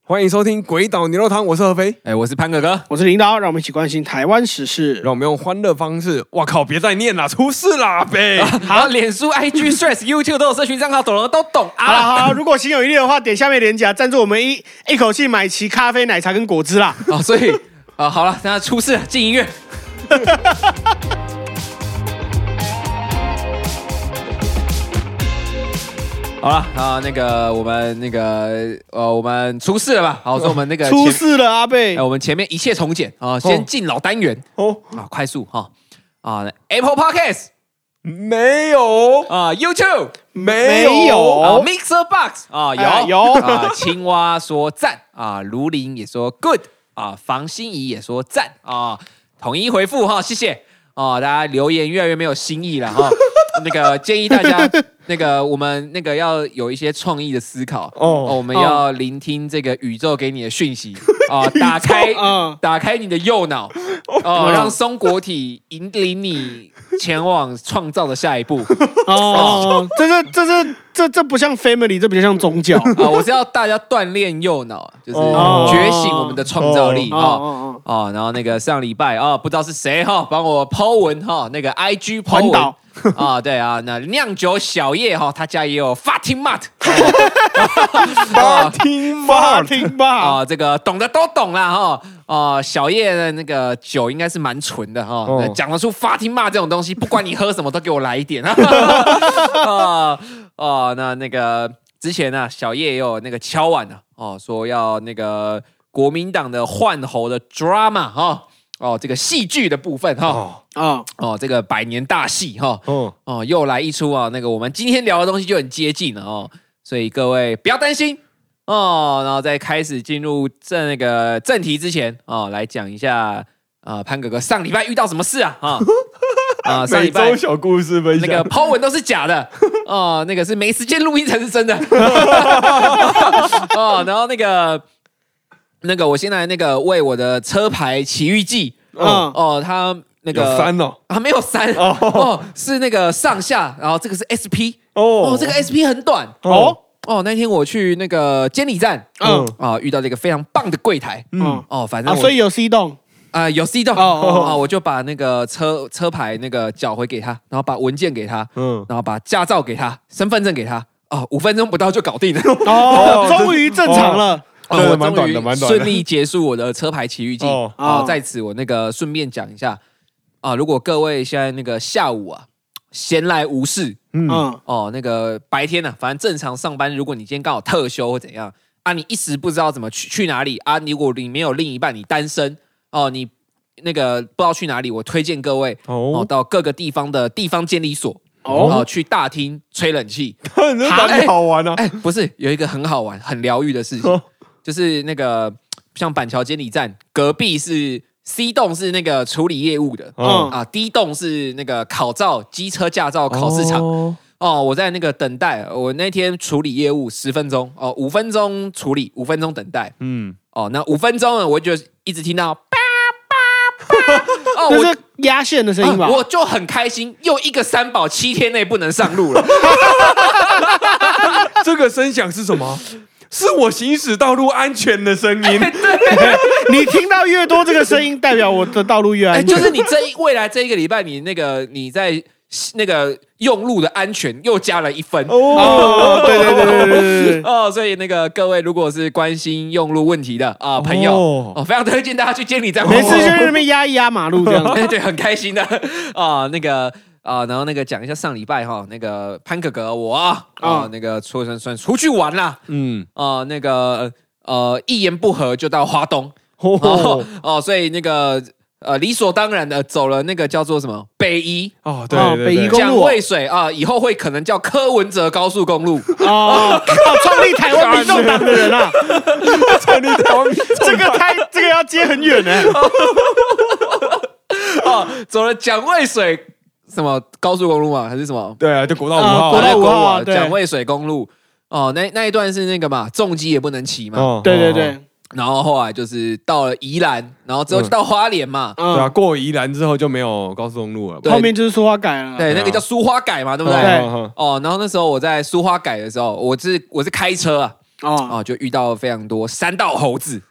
欢迎收听《鬼岛牛肉汤》，我是何飞， 我是潘哥哥， 我是领导，让我们一起关心台湾时事， 让我们用欢乐方式。哇靠，别再念了，出事啦呗！ 好，脸书、IG、Threads、YouTube 都有社群账号，懂了都懂啊。好，如果心有余力的话，点下面链接赞助我们一口气买齐咖啡、奶茶跟果汁啦。 所以好了，现在出事了，进音乐。好了那个我们我们出事了吧？好，说我们那个出事了，阿贝。 我们前面一切从简啊，先进老单元快速Apple Podcast 没有 YouTube 没有 Mixer Box 有青蛙说赞卢林也说 good 房心怡也说赞统一回复谢谢大家留言越来越没有新意了那个建议大家那个我们那个要有一些创意的思考我们要聆听这个宇宙给你的讯息打开你的右脑让松果体引领你前往创造的下一步这不像 family， 这比较像宗教我是要大家锻炼右脑，就是觉醒我们的创造力然后那个上礼拜不知道是谁帮我 po 文那个 IG po 文对那酿酒小叶他家也有 Fatima 这个懂的都懂啦小叶的那个酒应该是蛮纯的讲得出 Fatima 这种东西，不管你喝什么都给我来一点那个之前小叶也有那个敲碗说要那个国民党的换候的 drama 这个戏剧的部分这个百年大戏又来一出那个我们今天聊的东西就很接近了所以各位不要担心然后在开始进入那个正题之前来讲一下潘哥哥上礼拜遇到什么事上礼拜每周小故事分享， 那个 po 文都是假的那个是没时间录音才是真的然后那个我现在那个为我的车牌奇遇记他那个有3 没有3是那个上下，然后这个是 SP 这个 SP 很短那天我去那个监理站遇到了一个非常棒的柜台反正所以有 C 栋有 C 栋我就把那个车牌那个缴回给他，然后把文件给他然后把驾照给他，身份证给他5分钟不到就搞定了终于正常了我终于顺利结束我的车牌奇遇记在此我那个顺便讲一下如果各位现在那个下午闲来无事那个白天反正正常上班，如果你今天刚好特休或怎样你一时不知道怎么去哪里如果你没有另一半，你单身你那个不知道去哪里，我推荐各位到各个地方的地方监理所去大厅吹冷气哪里好玩不是有一个很好玩很疗愈的事情就是那个像板桥监理站隔壁是 C 栋是那个处理业务的D 栋是那个考照机车驾照考试场我在那个等待，我那天处理业务10分钟5分钟处理5分钟等待那5分钟呢我就一直听到这是压线的声音吧我就很开心，又一个3宝7天内不能上路了这个声响是什么？是我行驶道路安全的声音你听到越多这个声音代表我的道路越安全就是你未来这一个礼拜你在那个用路的安全又加了1分对所以那个各位如果是关心用路问题的朋友非常推荐大家去监理站没事就在那边压一压马路这样对很开心的那个然后那个讲一下上礼拜那个潘哥哥我那个算出去玩啦那个一言不合就到花东所以那个理所当然的走了那个叫做什么北宜对北宜公路蒋渭水以后会可能叫柯文哲高速公路创立台湾民众党的人创立台湾民众党这个要接很远走了蒋渭水什么高速公路吗？还是什么？ 对就国道5号国道5号蒋渭水公路那一段是那个嘛重机也不能骑嘛对然后后来就是到了宜兰，然后之后就到花莲嘛。 对过宜兰之后就没有高速公路了。 后面就是苏花改了。 对，那个叫苏花改嘛，对不对？ 对。 然后那时候我在苏花改的时候，我是开车就遇到非常多山道猴子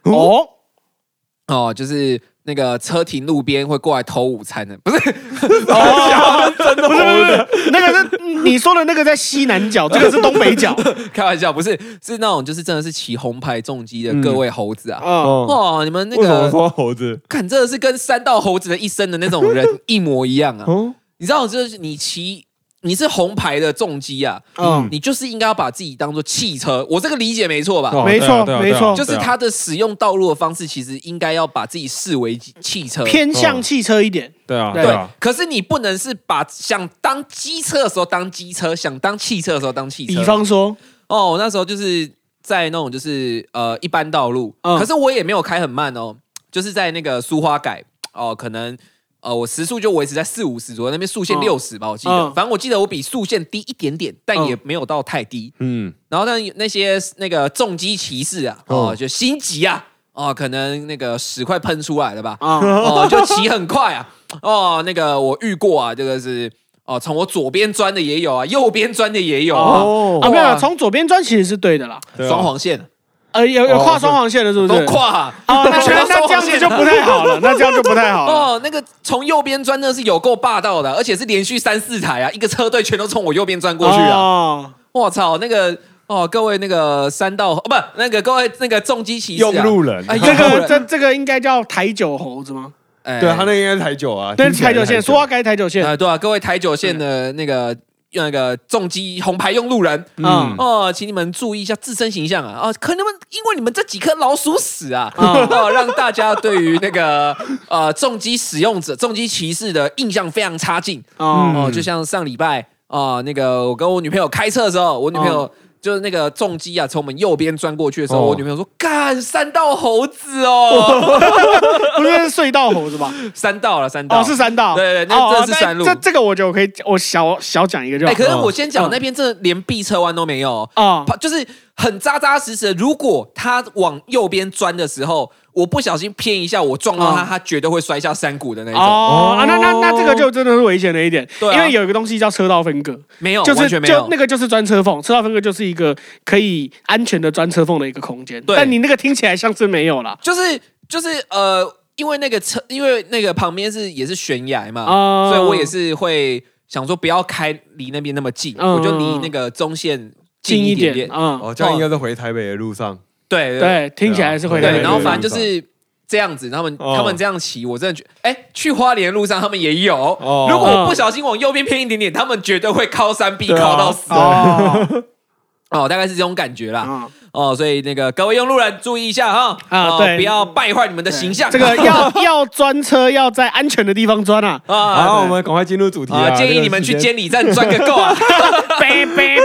就是那个车停路边会过来偷午餐的，不是真的猴子， 那个是你说的那个在西南角，这个是东北角， 开玩笑，不是那种就是真的是骑红牌重机的各位猴子啊，你们那为什么个说猴子？ 看真的是跟山道猴子的一生的那种人一模一样啊，你知道就是你是红牌的重机啊，你就是应该要把自己当做汽车，我这个理解没错吧？ 没错，没错， 就是他的使用道路的方式，其实应该要把自己视为汽车， 偏向汽车一点。 对啊， 对。可是你不能是把想当机车的时候当机车，想当汽车的时候当汽车。 比方说， 我那时候就是在那种就是一般道路，可是我也没有开很慢哦，就是在那个苏花改可能。我时速就维持在40-50左右，那边速限60吧，我记得。反正我记得我比速限低一点点，但也没有到太低。然后那些那个重机骑士啊，就心急啊，可能那个屎快喷出来了吧，就骑很快啊。那个我遇过啊，这个是从我左边钻的也有啊，右边钻的也有啊。 没有，从左边钻其实是对的啦， 双黄线。 有跨双黄线的，是不是？ 都跨那这样子就不太好了。那这样就不太好了。 那个从右边钻那是有够霸道的，而且是连续3-4台啊，一个车队全都从我右边钻过去啊！我操，那个各位那个山道不，那个各位那个重机骑士用路人， 这个应该叫台九猴子吗？ 对，他那应该是台九啊， 对，台九线，苏花改台九线。 对啊，各位台九线的那个重机红牌用路人，请你们注意一下自身形象啊！可能因为你们这几颗老鼠屎啊，让大家对于那个重机使用者、重机骑士的印象非常差劲。就像上礼拜那个我跟我女朋友开车的时候，我女朋友。就是那个重机啊，从我们右边钻过去的时候，我女朋友说：“干山道猴子哦， 不是隧道猴子吧？ 山道是山道， 对，那是山路。 这个我就可以，我小讲一个就好。 可是我先讲那边真的连避车弯都没有就是很扎扎实实的。如果他往右边钻的时候，我不小心偏一下，我撞到他，他绝对会摔下山谷的那种。 那这个就真的是危险的一点，因为有一个东西叫车道分隔， 没有，完全没有， 那个就是钻车缝，车道分隔就是一个可以安全的钻车缝的一个空间。但你那个听起来像是没有啦， 就是因为那个旁边也是悬崖嘛，所以我也是会想说不要开离那边那么近，我就离那个中线近一点点。 这样应该是回台北的路上。 对，听起来是回台北的路上。 然后反正就是这样子，他们这样骑，我真的觉得，去花莲路上他们也有。如果我不小心往右边偏一点点，他们绝对会靠山壁靠到死。大概是这种感觉啦。所以那个各位用路人注意一下哈，对，不要败坏你们的形象。 这个要钻车要在安全的地方钻啊。 好，我们赶快进入主题啊！ 建议你们去监理站钻个够啊！ 背。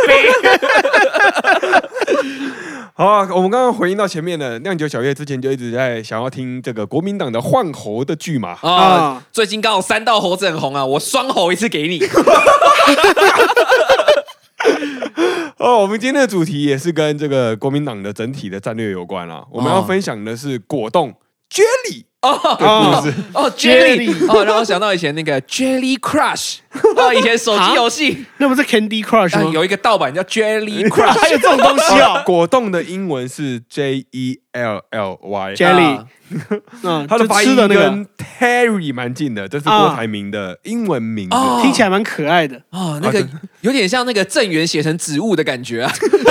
好啊，我们刚刚回应到前面的酿酒小月之前就一直在想要听这个国民党的换猴的剧嘛。 最近刚好山道猴子很红啊，我双猴一次给你。 我们今天的主题也是跟这个国民党的整体的战略有关啦。我们要分享的是果冻 Jelly 的故事。 Jelly 让我想到以前那个 Jelly Crush 以前手机游戏那不是 Candy Crush 吗？ 有一个盗版叫 Jelly Crush， 还有这种东西哦。 果冻的英文是 Jelly Jelly， 它的发音跟 Terry 蛮近的，这是郭台铭的英文名字， 听起来蛮可爱的那个有点像那个正元写成植物的感觉啊。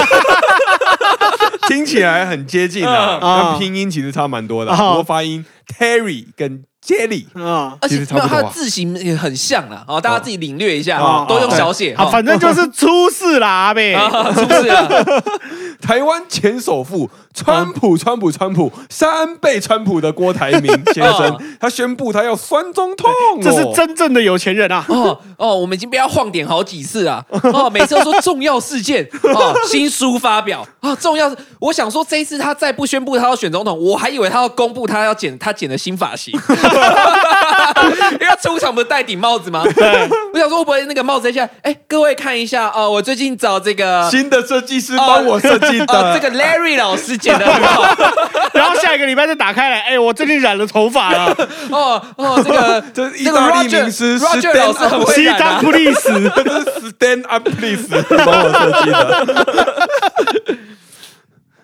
听起来很接近啊，但拼音其实差蛮多的。不过发音 Terry 跟 Jelly 而且它的字形也很像啦，大家自己领略一下，都用小写。 反正就是出事啦呗， 出事了。 台湾前首富川普3倍川普的郭台铭先生，他宣布他要酸中痛， 这是真正的有钱人啊！ 我们已经被他晃点好几次啊！每次都说重要事件新书发表重要。我想说这一次他再不宣布他要选总统，我还以为他要公布他剪的新发型，因为他出场不是戴顶帽子吗？我想说会不会那个帽子下来？各位看一下我最近找这个新的设计师帮我设计的， 这个 Larry 老师剪的很好。 然后下一个礼拜再打开来，我最近染了头发了。 这是意大利名师 Roger 老师很会染啊， 这是 Stand Up Please 帮我设计的。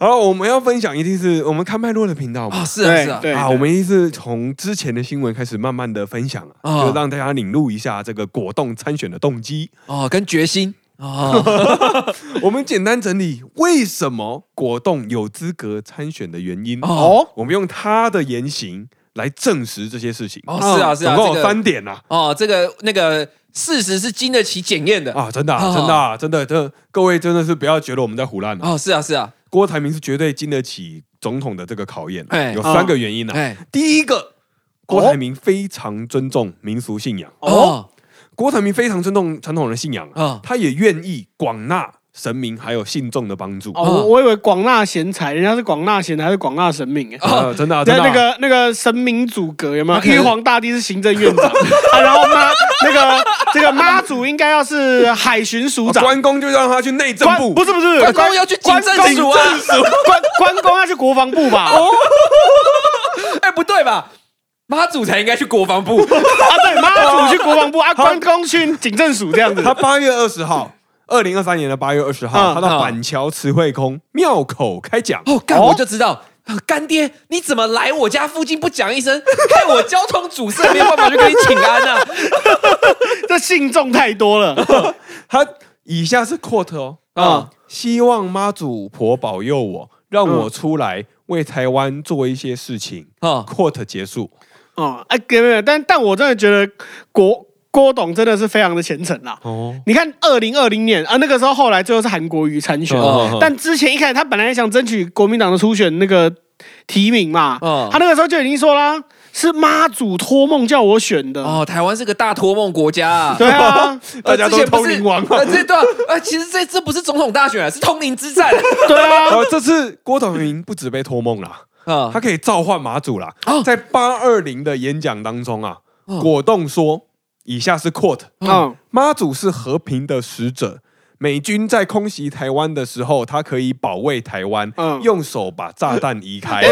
好，我们要分享一定是我们看脉络的频道嘛。 是啊， 对我们一定是从之前的新闻开始慢慢的分享，就让大家领悟一下这个果冻参选的动机跟决心。 我们简单整理为什么果冻有资格参选的原因。我们用他的言行来证实这些事情。 是啊， 总共有3点啊。 这个那个事实是经得起检验的真的，各位真的是不要觉得我们在胡乱是啊， 郭台铭是绝对经得起总统的这个考验。有3个原因啊。第一个，郭台铭非常尊重民俗信仰。郭台铭非常尊重传统的信仰，他也愿意广纳神明还有信众的帮助。 我以为广纳贤才，人家是广纳贤才，还是广纳神明？ 真的， 那个神明阻隔有没有？玉皇大帝是行政院长然后这个妈祖应该要是海巡署长， 关公就让他去内政部， 不是，关公要去警政署啊， 关公要去国防部吧？ 不对吧？妈祖才应该去国防部对，妈祖去国防部关公去警政署这样子。 他8月20号，2023年的8月20号，他到板桥慈惠宫庙口开讲。 我就知道，干爹，你怎么来我家附近不讲一声，害我交通阻塞，没有办法去跟你请安啊！ 这信众太多了。 他以下是 quote 希望妈祖婆保佑我，让我出来为台湾做一些事情。quote 结束。 但我真的觉得郭董真的是非常的虔诚啦。你看2020年那个时候后来最后是韩国瑜参选，但之前一开始他本来想争取国民党的初选那个提名嘛，他那个时候就已经说啦，是妈祖托梦叫我选的。 台湾是个大托梦国家对啊， 大家都通灵王其实这不是总统大选，是通灵之战。 对啊， 这次郭台铭不止被托梦啦。他可以召唤妈祖啦。在820的演讲当中果冻说，以下是 quote，妈祖是和平的使者，美军在空袭台湾的时候，他可以保卫台湾，用手把炸弹移开。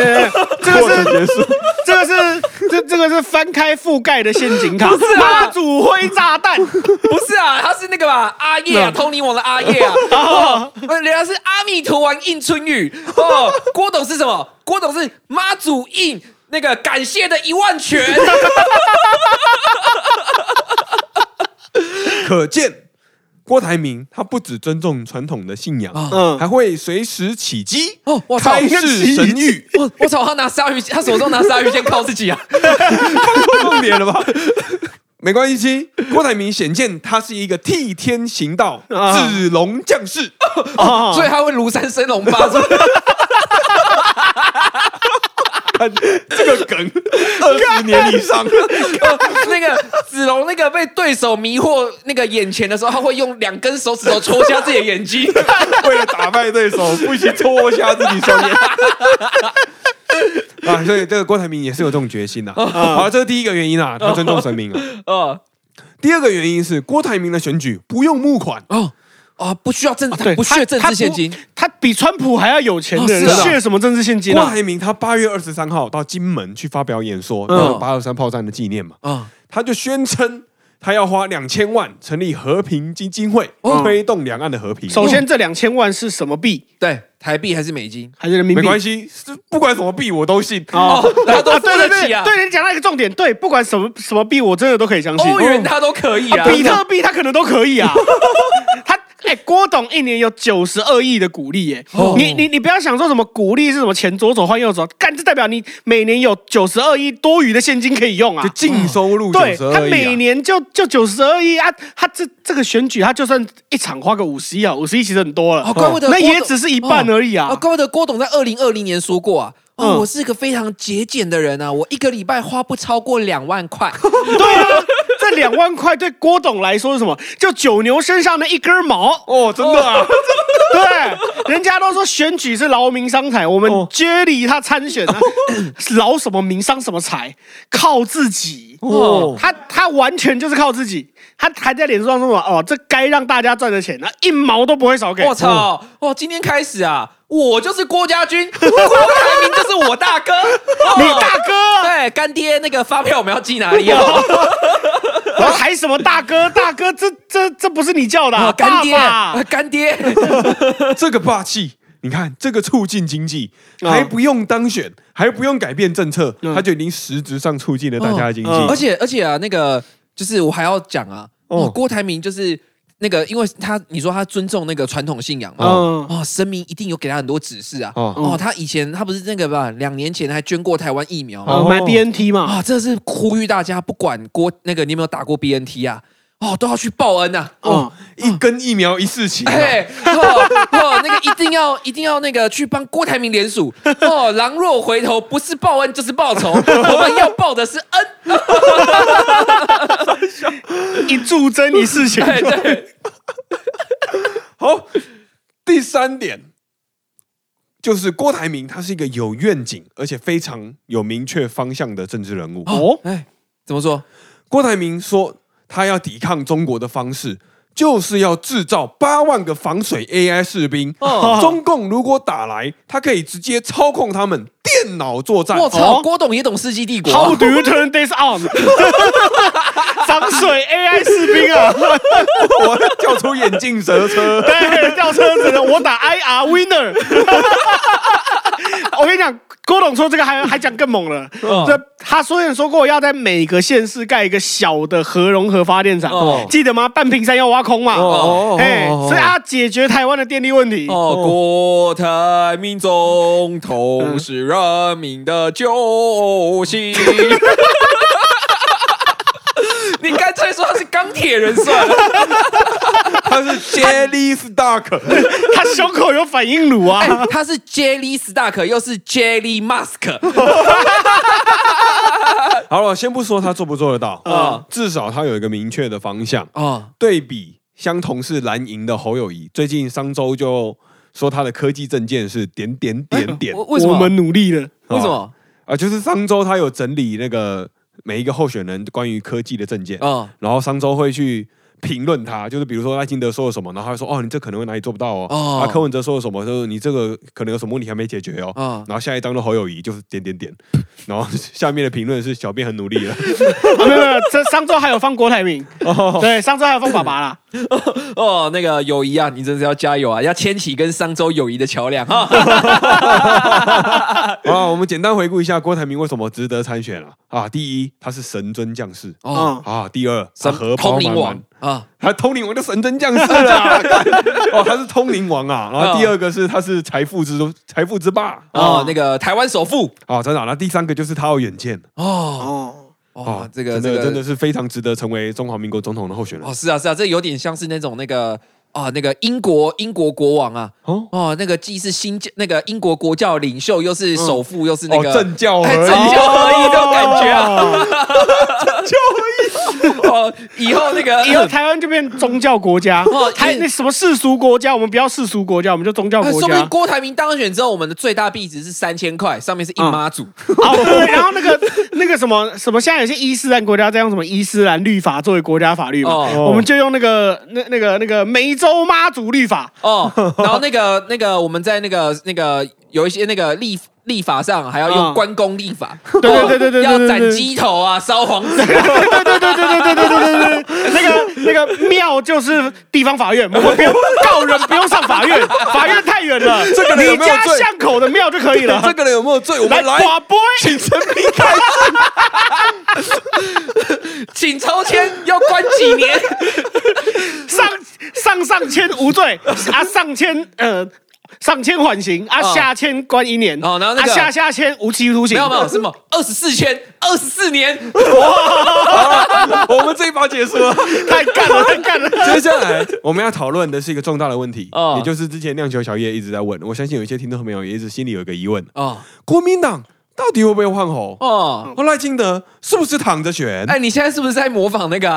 这个是翻开覆盖的陷阱卡， 不是妈祖挥炸弹， 不是啊，他是那个吧，阿叶通灵王的阿叶人家是阿弥陀王应春雨郭董是什么？郭董是妈祖应那个感谢的10000拳。 可见郭台铭他不只尊重传统的信仰，还会随时起机开示神谕。 我操，他手中拿鲨鱼先靠自己啊， 重点了吧？没关系，郭台铭显见他是一个替天行道、子龙将士， 所以他会庐山升龙霸。 这个梗20年以上。 那个子龙那个被对手迷惑那个眼前的时候，他会用2根手指头戳瞎自己的眼睛， 为了打败对手，不惜戳瞎自己双眼。所以这个郭台铭也是有这种决心好，这是第一个原因他尊重神明第二个原因是郭台铭的选举不用募款不需要不需要政治现金， 他比川普还要有钱的人，需要什么政治现金郭台铭他8月23号到金门去发表演说，823炮战的纪念嘛，他就宣称他要花2000万成立和平基金会，推动两岸的和平。 首先，这2000万是什么币？ 对，台币还是美金还是人民币？ 没关系，不管什么币我都信。 他都付得起啊！ 对，你讲到一个重点，对，不管什么币，我真的都可以相信。 欧元他都可以啊， 比特币他可能都可以啊。郭董1年有92亿的股利耶，你不要想说什么股利是什么钱左手换右手，干这代表你每年有92亿多余的现金可以用啊， 就净收入92亿。 对，他每年就92亿啊，他这个选举他就算一场花个50亿50亿其实很多了，那也只是一半而已啊。 怪不得郭董在2020年说过啊。我是个非常节俭的人啊，我1个礼拜花不超过2万块。 对啊，这2万块对郭董来说是什么？就九牛身上的一根毛真的啊。 对，人家都说选举是劳民伤财，我们Jerry他参选劳什么民伤什么财，靠自己。他完全就是靠自己。他还在脸书上说什么？这该让大家赚的钱，那1毛都不会少给。 我操！今天开始啊，我就是郭家军，郭台铭就是我大哥。 你大哥？ 对，干爹，那个发票我们要寄哪里啊？ 还什么大哥？大哥，这不是你叫的， 干爹，干爹， 这个霸气你看这个促进经济，还不用当选，还不用改变政策，他就已经实质上促进了大家的经济。 而且啊，那个就是我还要讲啊，郭台铭就是那个，因为你说他尊重那个传统信仰嘛，神明一定有给他很多指示啊。他以前他不是那个吧，2年前还捐过台湾疫苗， 买 BNT 嘛， 真的是呼吁大家，不管那个你有没有打过 BNT 啊？都要去报恩呐！ 一根疫苗一事情， 那个一定要那个去帮郭台铭联署狼若回头，不是报恩就是报仇，我们要报的是恩。 一柱真一事情。 对。 好，第3点就是郭台铭，他是一个有愿景而且非常有明确方向的政治人物。 怎么说？ 郭台铭说，他要抵抗中国的方式，就是要制造8万个防水 AI 士兵。中共如果打来，他可以直接操控他们，电脑作战。 我操，郭董也懂世纪帝国。 How do you turn this on？ 防水 AI 士兵啊！ 我叫出眼镜蛇车， 对，叫车子的，我打 IR winner。我跟你讲，郭董说这个还讲更猛了。他虽然说过要在每个县市盖一个小的核融合发电厂，记得吗？半屏山要挖空嘛。所以他解决台湾的电力问题。 郭台铭总统是人民的救星。你干脆说他是钢铁人算了。 他是 Jelly Stark， 他胸口有反应炉啊。 他是 Jelly Stark， 又是 Jelly Mask。 好了，先不说他做不做得到，至少他有一个明确的方向。对比相同是蓝营的侯友宜，最近商周就说他的科技政见是点。 为什么？我们努力了。 为什么？ 就是商周他有整理那个每一个候选人关于科技的政见，然后商周会去评论他，就是比如说赖清德说了什么，然后他会说你这可能会哪里做不到哦。柯文哲说了什么，就是你这个可能有什么问题还没解决哦。然后下一张的侯友宜就是点，然后下面的评论是小编很努力了。 没有，这上周还有放郭台铭，对，上周还有放爸爸啦。 那个友谊啊，你真是要加油啊，要牵起跟商周友谊的桥梁哈。 好，我们简单回顾一下郭台铭为什么值得参选第一，他是神尊将士第二，他荷包满满他通灵王就神尊将士了。他是通灵王啊。然后第二个是他是财富之霸那个台湾首富真的。那第三个就是他有远见这个真的是非常值得成为中华民国总统的候选人。 是啊，这有点像是那种那个英国国王啊，那个既是那个英国国教领袖，又是首富，又是那个政教合一这种感觉啊。政教合一。以后台湾就变宗教国家，那什么世俗国家，我们不要世俗国家，我们就宗教国家。 说不定郭台铭当选之后，我们的最大币值是3000块，上面是印妈祖。 对，然后那个什么，现在有些伊斯兰国家在用什么伊斯兰律法作为国家法律嘛，我们就用那个梅州妈祖律法。 然后那个我们在那个有一些那个立法上还要用关公立法， 对， 要斩鸡头啊，烧黄纸。 对，那个庙就是地方法院，我们不用告人，不用上法院，法院太远了。这个你家巷口的庙就可以了。 这个人有没有罪？我们来请神明开示，请抽签要关几年？ 上签无罪上签缓刑下签关1年然后那个下签无期徒刑。 没有什么24签24年。 我们这一把结束了， 太干了。 接下来我们要讨论的是一个重大的问题，也就是之前酿酒小叶一直在问，我相信有一些听众朋友也一直心里有一个疑问国民党到底会不会换候？赖清德是不是躺着选？ 你现在是不是在模仿那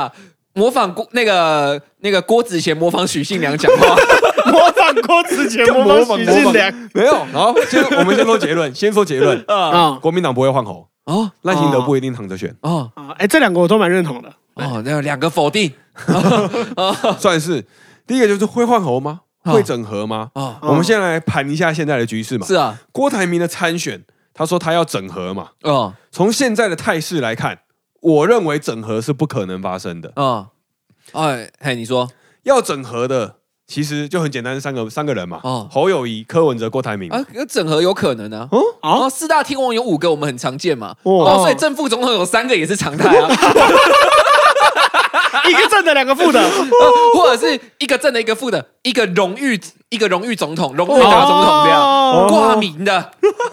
个郭子乾模仿许信良讲话？ 模仿郭子乾模仿许信良？ 没有。好，我们先说结论。国民党不会换候赖清德不一定躺着选这两个我都蛮认同的那2个否定算是。第一个就是会换候吗？会整合吗？我们先来盘一下现在的局势嘛。 是啊， 郭台铭的参选，他说他要整合嘛。从现在的态势来看，我认为整合是不可能发生的。 你说要整合的其实就很简单，三个人嘛，侯友宜、柯文哲、郭台铭啊，整合有可能啊。4大天王有5个，我们很常见嘛。所以正副总统有3个也是常态啊。 一个正的，2个副的， 或者是一个正的，一个副的，一个荣誉总统，荣誉大总统这样挂名的。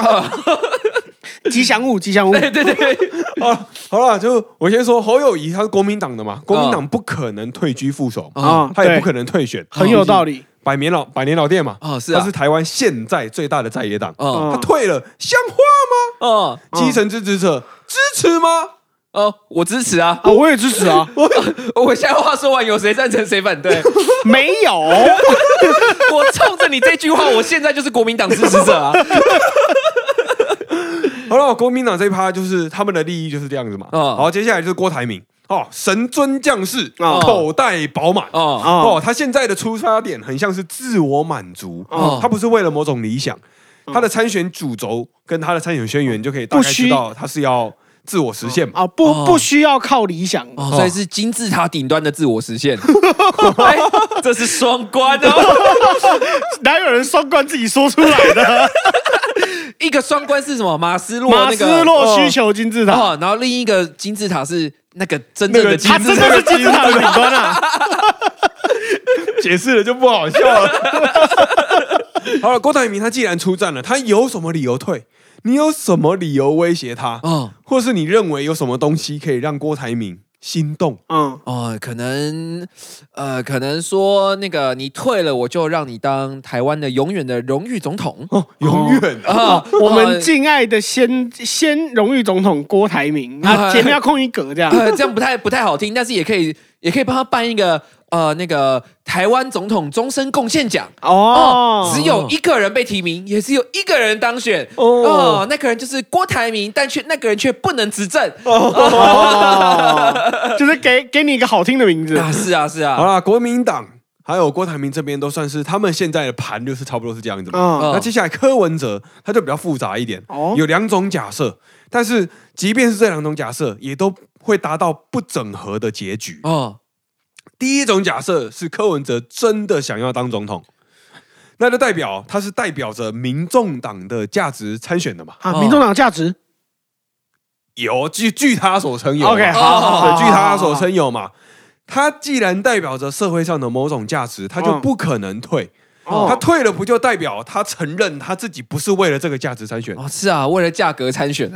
吉祥物。 对。 好了，就我先说侯友宜，他是国民党的嘛，国民党不可能退居副手他也不可能退选， 很有道理。 百年老店嘛， 是啊， 他是台湾现在最大的在野党，他退了，像话吗？基层支持者支持吗？ 我支持啊， 我也支持啊。 我现在话说完，有谁赞成谁反对？ 没有。 我冲着你这句话，我现在就是国民党支持者啊。 好了，国民党这一趴就是他们的利益就是这样子嘛。好，接下来就是郭台铭神尊将士，口袋饱满。他现在的出发点很像是自我满足，他不是为了某种理想，他的参选主轴跟他的参选宣言就可以大概知道他是要自我实现嘛。 不需要靠理想， 所以是金字塔顶端的自我实现。这是双关哦。 哪有人双关自己说出来的？ 一个双关是什么？马斯洛需求金字塔， 然后另一个金字塔是那个真正的金字塔， 真的是金字塔的顶端啊！ 解释了就不好笑了。好了，郭台铭他既然出战了，他有什么理由退？你有什么理由威胁他？或是你认为有什么东西可以让郭台铭心动？ 可能说那个你退了，我就让你当台湾的永远的荣誉总统。 永远啊！ 我们敬爱的先荣誉总统郭台铭，前面要空一格，这样这样不太好听，但是也可以帮他办一个那个台湾总统终身贡献奖只有一个人被提名，也只有一个人当选那个人就是郭台铭，但那个人却不能执政就是给你一个好听的名字是啊。 好啦，国民党还有郭台铭这边都算是他们现在的盘，就是差不多是这样子嘛。那接下来柯文哲他就比较复杂一点，有2种假设，但是即便是这2种假设，也都会达到不整合的结局第一种假设是柯文哲真的想要当总统，那就他是代表着民众党的价值参选的嘛。 民众党价值有，据他所称有。 OK， 好， 据他所称有嘛。他既然代表着社会上的某种价值，他就不可能退。他退了，不就代表他承认他自己不是为了这个价值参选？ 是啊，为了价格参选。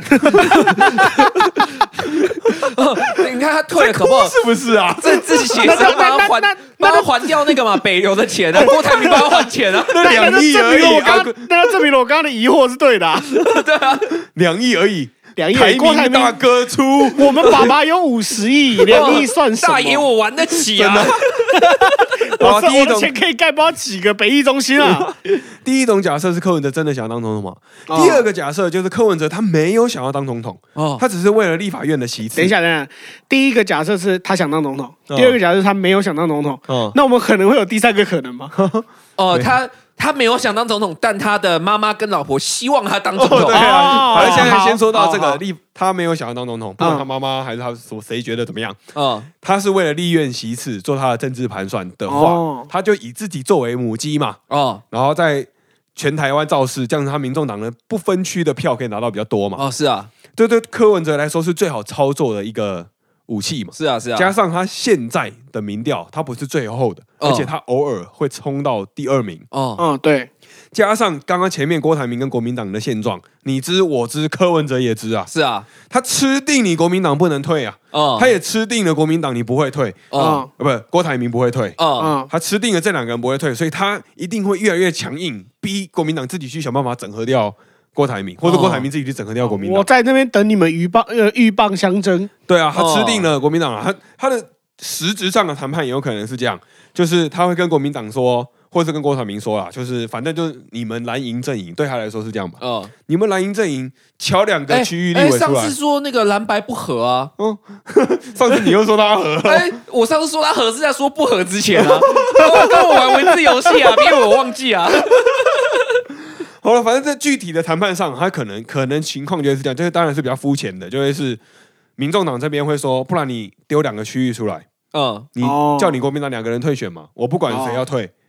你看他退了，可不是不是啊？ 这自己协商帮他还掉那个嘛北流的钱啊，郭台铭帮他还钱啊， 那2亿而已。 那证明了我刚刚的疑惑是对的。 对啊 ，2亿而已。 台铭大哥出， 我们爸爸有50亿，2亿算什么？ 大爷我玩得起啊！ 我的钱可以盖包几个北艺中心啊！ 第一种假设是柯文哲真的想要当总统嘛？第二个假设就是柯文哲他没有想要当总统，他只是为了立法院的席次。 等一下，第一个假设是他想当总统，第二个假设是他没有想当总统。那我们可能会有第3个可能吗？ 他没有想当总统，但他的妈妈跟老婆希望他当总统。 对啊，好，现在先说到这个他没有想要当总统，不管他妈妈还是他谁觉得怎么样，他是为了立院席次做他的政治盘算的话，他就以自己作为母鸡嘛，然后在全台湾造势，这样他民众党的不分区的票可以拿到比较多嘛。 是啊， 对柯文哲来说是最好操作的一个武器嘛。 是啊， 加上他现在的民调，他不是最后的，而且他偶尔会冲到第2名。 对。 加上刚刚前面郭台铭跟国民党的现状，你知我知，柯文哲也知啊。 是啊， 他吃定你国民党不能退啊。他也吃定了国民党你不会退。不，郭台铭不会退。他吃定了这2个人不会退，所以他一定会越来越强硬，逼国民党自己去想办法整合掉郭台铭，或者郭台铭自己去整合掉国民党。 我在那边等你们鹬蚌相争。 对啊，他吃定了国民党啊。他的实质上的谈判也有可能是这样，就是他会跟国民党说，或者是跟郭台铭说啦，就是反正就是你们蓝营阵营对他来说是这样吧。你们蓝营阵营敲2个区域立委出来。 上次说那个蓝白不合啊。 上次你又说他合。 我上次说他合是在说不合之前啊。跟我玩文字游戏啊，因为我忘记啊。 好了，反正在具体的谈判上，他可能情况就是这样，就是当然是比较肤浅的，就会是民众党这边会说，不然你丢2个区域出来，你叫你国民党2个人退选嘛，我不管谁要退，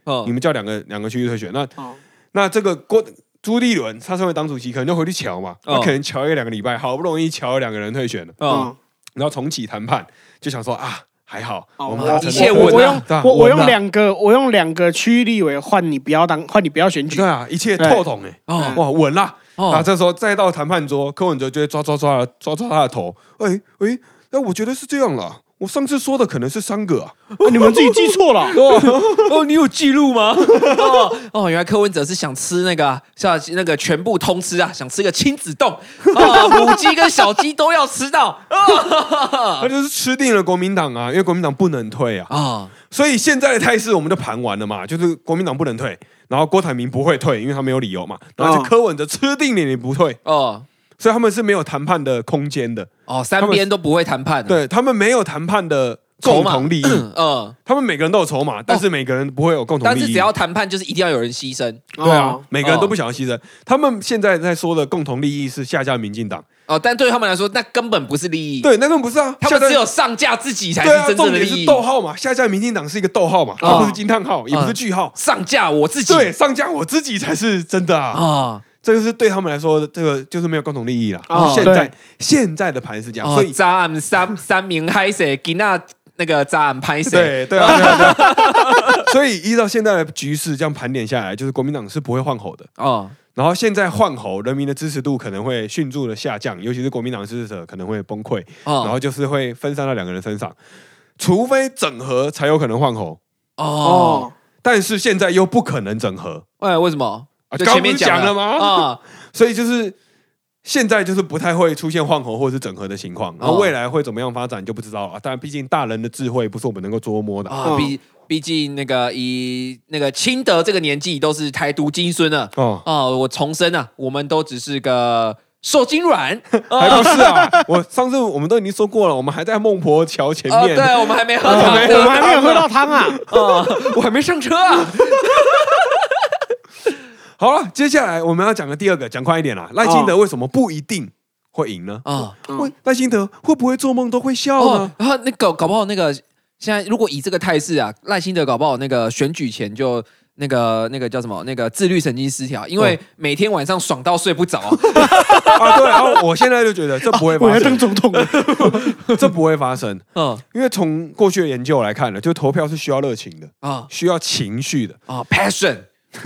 你们叫两个区域退选，那这个朱立伦他身为党主席，可能就回去瞧嘛，他可能瞧1-2个礼拜，好不容易瞧2个人退选了，然后重启谈判，就想说啊。还好，我们一切稳啊！我用2个区域立委换你不要选举， 对啊，一切透统哇，稳啦！那这时候再到谈判桌，柯文哲就会抓他的头，那我觉得是这样啦。我上次说的可能是3个啊， 你们自己记错了你有记录吗？原来柯文哲是想吃那个全部通吃啊，想吃个亲子冻母鸡跟小鸡都要吃到他就是吃定了国民党啊，因为国民党不能退啊所以现在的态势我们就盘完了嘛，就是国民党不能退，然后郭台铭不会退，因为他没有理由嘛，然后就柯文哲吃定了你不退所以他们是没有谈判的空间的三边都不会谈判对他们没有谈判的共同利益他们每个人都有筹码，但是每个人不会有共同利益， 但是只要谈判就是一定要有人牺牲对啊每个人都不想要牺牲他们现在在说的共同利益是下架民进党但对他们来说那根本不是利益对那根本不是啊， 他们只有上架自己才是真正的利益重点是逗号嘛，下架民进党是一个逗号嘛它不是惊叹号也不是句号上架我自己对上架我自己才是真的这个是对他们来说，这个就是没有共同利益了。现在的盘是这样，所以渣案三名嗨谁给那个渣案拍谁？ 对啊。所以依照现在的局势这样盘点下来，就是国民党是不会换候的然后现在换候，人民的支持度可能会迅速的下降，尤其是国民党支持者可能会崩溃然后就是会分散到2个人身上，除非整合才有可能换候但是现在又不可能整合， 为什么？ 刚刚不是讲了吗？所以就是现在就是不太会出现换候或者是整合的情况，然后未来会怎么样发展就不知道了。当然，毕竟大人的智慧不是我们能够捉摸的毕竟以清德这个年纪都是台独金孙了我重申我们都只是个受精卵还不是啊！上次我们都已经说过了，我们还在孟婆桥前面对，我们还没喝汤， 我们还没有喝到汤啊我还没上车啊好了，接下来我们要讲的第2个，讲快一点啦。赖清德为什么不一定会赢呢？赖清德会不会做梦都会笑呢？ 然后搞不好现在如果以这个态势赖清德搞不好选举前就那个叫什么自律神经失调，因为每天晚上爽到睡不着对，然后我现在就觉得这不会发生， 我要当总统这不会发生因为从过去的研究来看呢，就投票是需要热情的需要情绪的 passion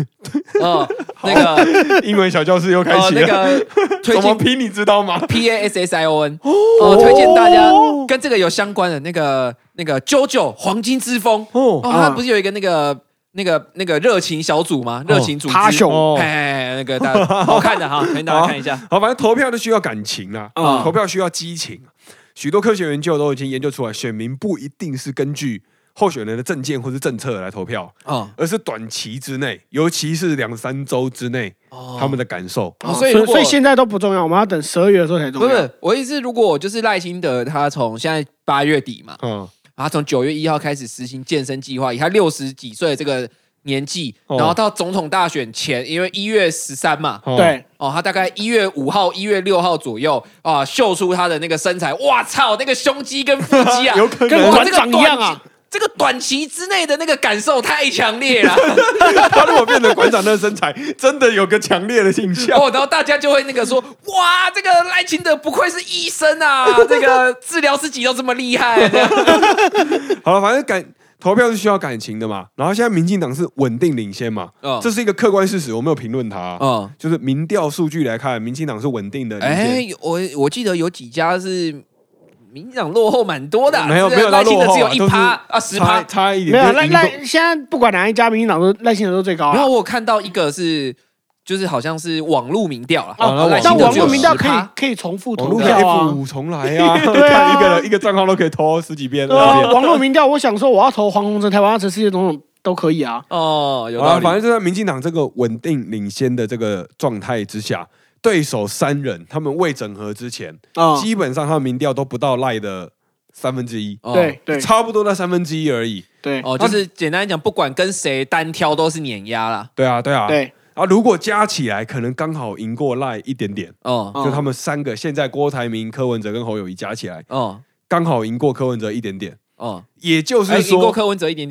英文小教室又开启了怎么拼你知道吗 PASSION 推荐大家跟这个有相关的那个 JoJo 黄金之风他不是有一个那个热情小组吗？热情组织他熊那个大家好看的给大家看一下好，反正投票都需要感情投票需要激情许多科学研究都已经研究出来，选民不一定是根据候选人的政见或是政策来投票而是短期之内，尤其是2-3周之内他们的感受所以现在都不重要，我们要等12月的时候才重要。 不是，我意思是如果就是赖清德他从现在8月底嘛他从9月1号开始实行健身计划，以他60几岁的这个年纪然后到总统大选前，因为1月13嘛对他大概1月5号1月6号左右秀出他的那个身材，哇操，那个胸肌跟腹肌有可能跟馆长一样这个短期之内的那个感受太强烈了他如果变成馆长那个身材真的有个强烈的印象然后大家就会说哇，这个赖清德不愧是医生啊这个治疗自己都这么厉害好了，反正投票是需要感情的嘛，然后现在民进党是稳定领先嘛这是一个客观事实，我没有评论它就是民调数据来看，民进党是稳定的领先我记得有几家是民进党落后蛮多的没有赖清德只有1%、10% 差一点没有现在不管哪一家民进党赖清德都最高然后我有看到一个是就是好像是网络民调了但网络民调可以重复投票 F5重来对一个账号都可以投10几遍网络民调我想说我要投黄鸿哲台湾要成世界总统都可以有道理反正就在民进党这个稳定领先的这个状态之下，对手3人他们未整合之前基本上他们民调都不到赖的1/3 对差不多在1/3而已对就是简单讲不管跟谁单挑都是碾压啦对如果加起来可能刚好赢过赖一点点就他们3个现在郭台铭柯文哲跟侯友宜加起来刚好赢过柯文哲一点点也就是说赢过柯文哲一点点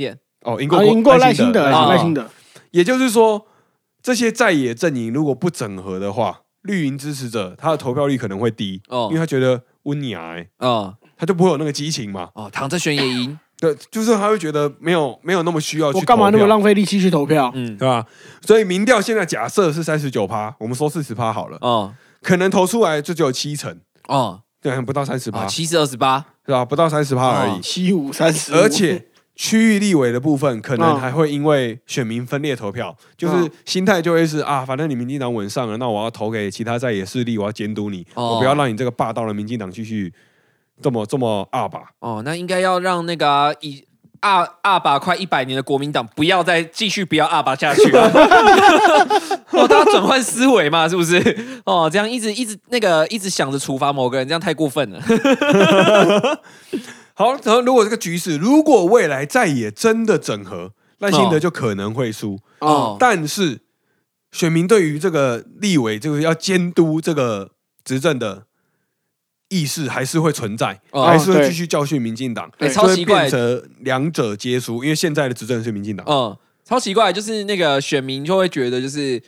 赢过赖清德。 也就是说，这些在野阵营如果不整合的话，绿营支持者他的投票率可能会低，因为他觉得温雅他就不会有那个激情嘛。 躺着选也赢。 对，就是他会觉得没有那么需要去投票， 我干嘛那么浪费力气去投票？ 对吧？所以民调现在假设是39%，我们说40%好了，可能投出来就只有70%，对，不到30%，70-28%，是吧？不到30%而已 ，75-35%， 而且区域立委的部分可能还会因为选民分裂投票，就是心态就会是反正你民进党稳上了，那我要投给其他在野势力，我要监督你，我不要让你这个霸道的民进党继续这么二把。 那应该要让那个以二把快100年的国民党不要再继续不要二把下去了。大家转换思维嘛，是不是？这样一直想着处罚某个人，这样太过分了。 好，然后如果这个局势，如果未来在野真的整合，赖清德就可能会输。但是选民对于这个立委就是要监督这个执政的意识还是会存在，还是会继续教训民进党， 超奇怪， 变成两者皆输，因为现在的执政是民进党。 超奇怪，就是那个选民就会觉得就是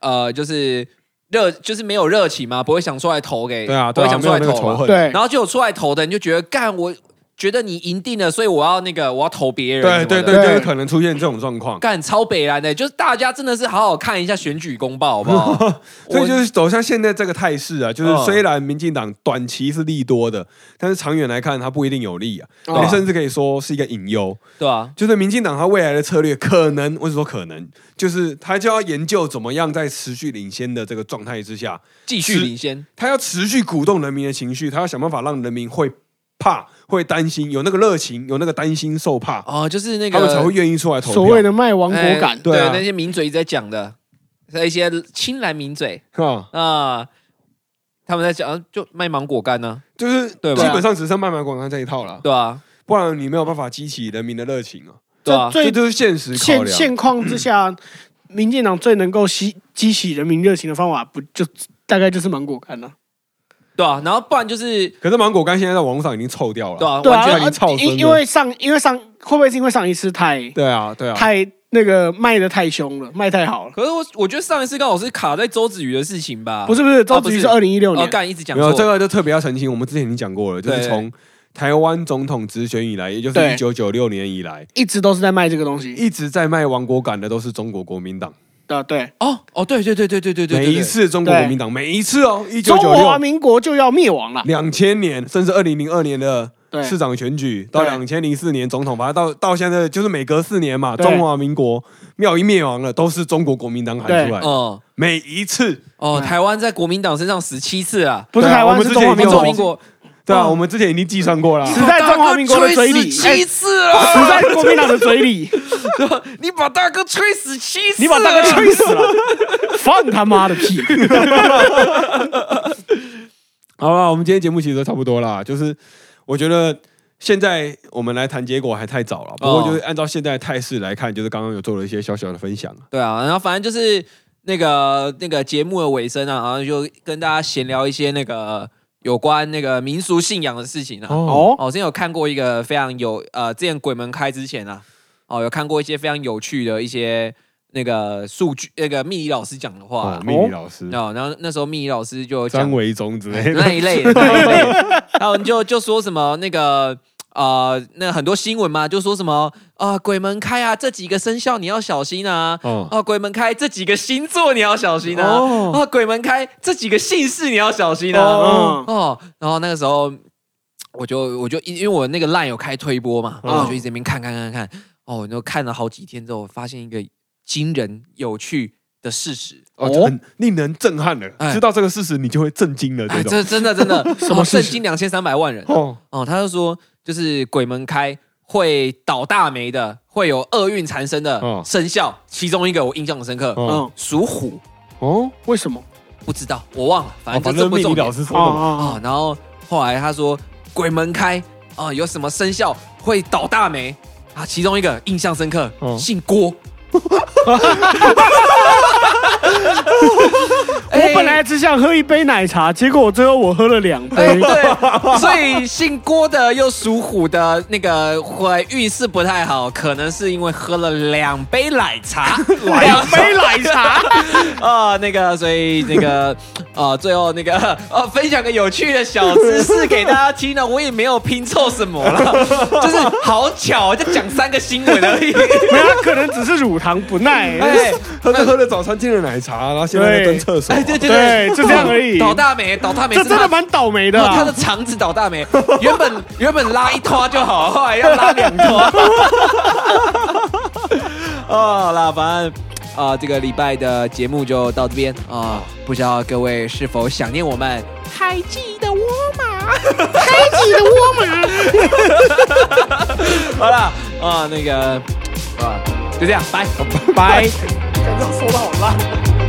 就是没有热情嘛，不会想出来投给，不会想出来投嘛， 对， 然后就有出来投的人就觉得我觉得你赢定了，所以我要投别人。 对，可能出现这种状况。 超北蓝的，就是大家真的是好好看一下选举公报，好不好？ 所以就是走向现在这个态势啊，就是虽然民进党短期是利多的，但是长远来看它不一定有利啊，你甚至可以说是一个隐忧。 对啊， 就是民进党它未来的策略可能，我是说可能，就是他就要研究怎么样在持续领先的这个状态之下继续领先， 他要持续鼓动人民的情绪，他要想办法让人民会怕，会担心，有那个热情，有那个担心受怕就是那个他们才会愿意出来投票。 所谓的卖亡国感， 对那些名嘴在讲的，一些青蓝名嘴他们在讲就卖芒果干呢， 就是基本上只剩卖芒果干这一套了， 对啊， 不然你没有办法激起人民的热情啊， 对啊， 这就是现实考量。 现况之下，民进党最能够激起人民热情的方法，不就大概就是芒果干了。 对啊，然后不然就是， 可是芒果干现在在网络上已经臭掉了， 对啊， 完全已经臭生了。因为上会不会是因为上一次太太那个卖的太凶了，卖太好了？ 可是我觉得上一次刚好是卡在周子瑜的事情吧？ 不是，周子瑜是2016年， 干一直讲没有这个就特别要澄清，我们之前已经讲过了，就是从台湾总统直选以来，也就是1996年以来， 一直都是在卖这个东西， 一直在卖亡国感的都是中国国民党。 对对， 每一次中国国民党，每一次1996 中华民国就要灭亡了。 2000年甚至2002年的市长选举，到2004年总统，反正到现在就是每隔4年嘛，中华民国灭亡了，都是中国国民党喊出来。每一次台湾在国民党身上死7次啊， 不是台湾是中华民国。 对啊，我们之前已经计算过了， 死在中华民国的嘴里 7次了， 死在国民党的嘴里。 你把大哥吹死7次， 你把大哥吹死了，放他妈的屁！ 好了，我们今天节目其实都差不多啦，就是我觉得现在我们来谈结果还太早了，不过就是按照现在的态势来看，就是刚刚有做了一些小小的分享。 对啊，然后反正就是那个节目的尾声啊，然后就跟大家闲聊一些那个有关那个民俗信仰的事情啊。我之前有看过一个非常有之前鬼门开之前啊，有看过一些非常有趣的一些那个数据，那个密理老师讲的话。 密理老师。 然后那时候密理老师就讲张维忠之类的那一类，然后就说什么那个那很多新闻嘛，就说什么鬼门开啊，这几个生肖你要小心啊，鬼门开这几个星座你要小心啊，鬼门开这几个姓氏你要小心啊，然后那个时候我就因为我那个 LINE 有开推播嘛，然后我就一直在那边看，我就看了好几天之后，发现一个惊人有趣的事实， 很令人震撼的。知道这个事实，你就会震惊了。 这真的什么震惊2300万人他就说，就是鬼门开会倒大霉的，会有厄运缠身的生肖，其中一个我印象很深刻，属虎。 为什么？ 不知道，我忘了，反正这不重点。然后后来他说，鬼门开有什么生肖会倒大霉其中一个印象深刻，姓郭。 我本来只想喝1杯奶茶，结果最后我喝了2杯。 对，所以姓郭的又属虎的那个会运势不太好，可能是因为喝了2杯奶茶 ，2杯奶茶那个，所以那个最后那个分享个有趣的小知识给大家听呢，我也没有拼凑什么了，就是好巧，就讲3个新闻而已。 没有，他可能只是乳糖不耐， 他是喝了早餐进了奶茶，然后现在在蹲厕所。 对，就这样而已。 倒大霉，这真的蛮倒霉的。 他的肠子倒大霉，原本拉1拖就好，后来要拉2拖。好啦，反正这个礼拜的节目就到这边不知道各位是否想念我们海记的沃马？ 海记的沃马。 好了那个就这样，拜。 刚刚说的好烂。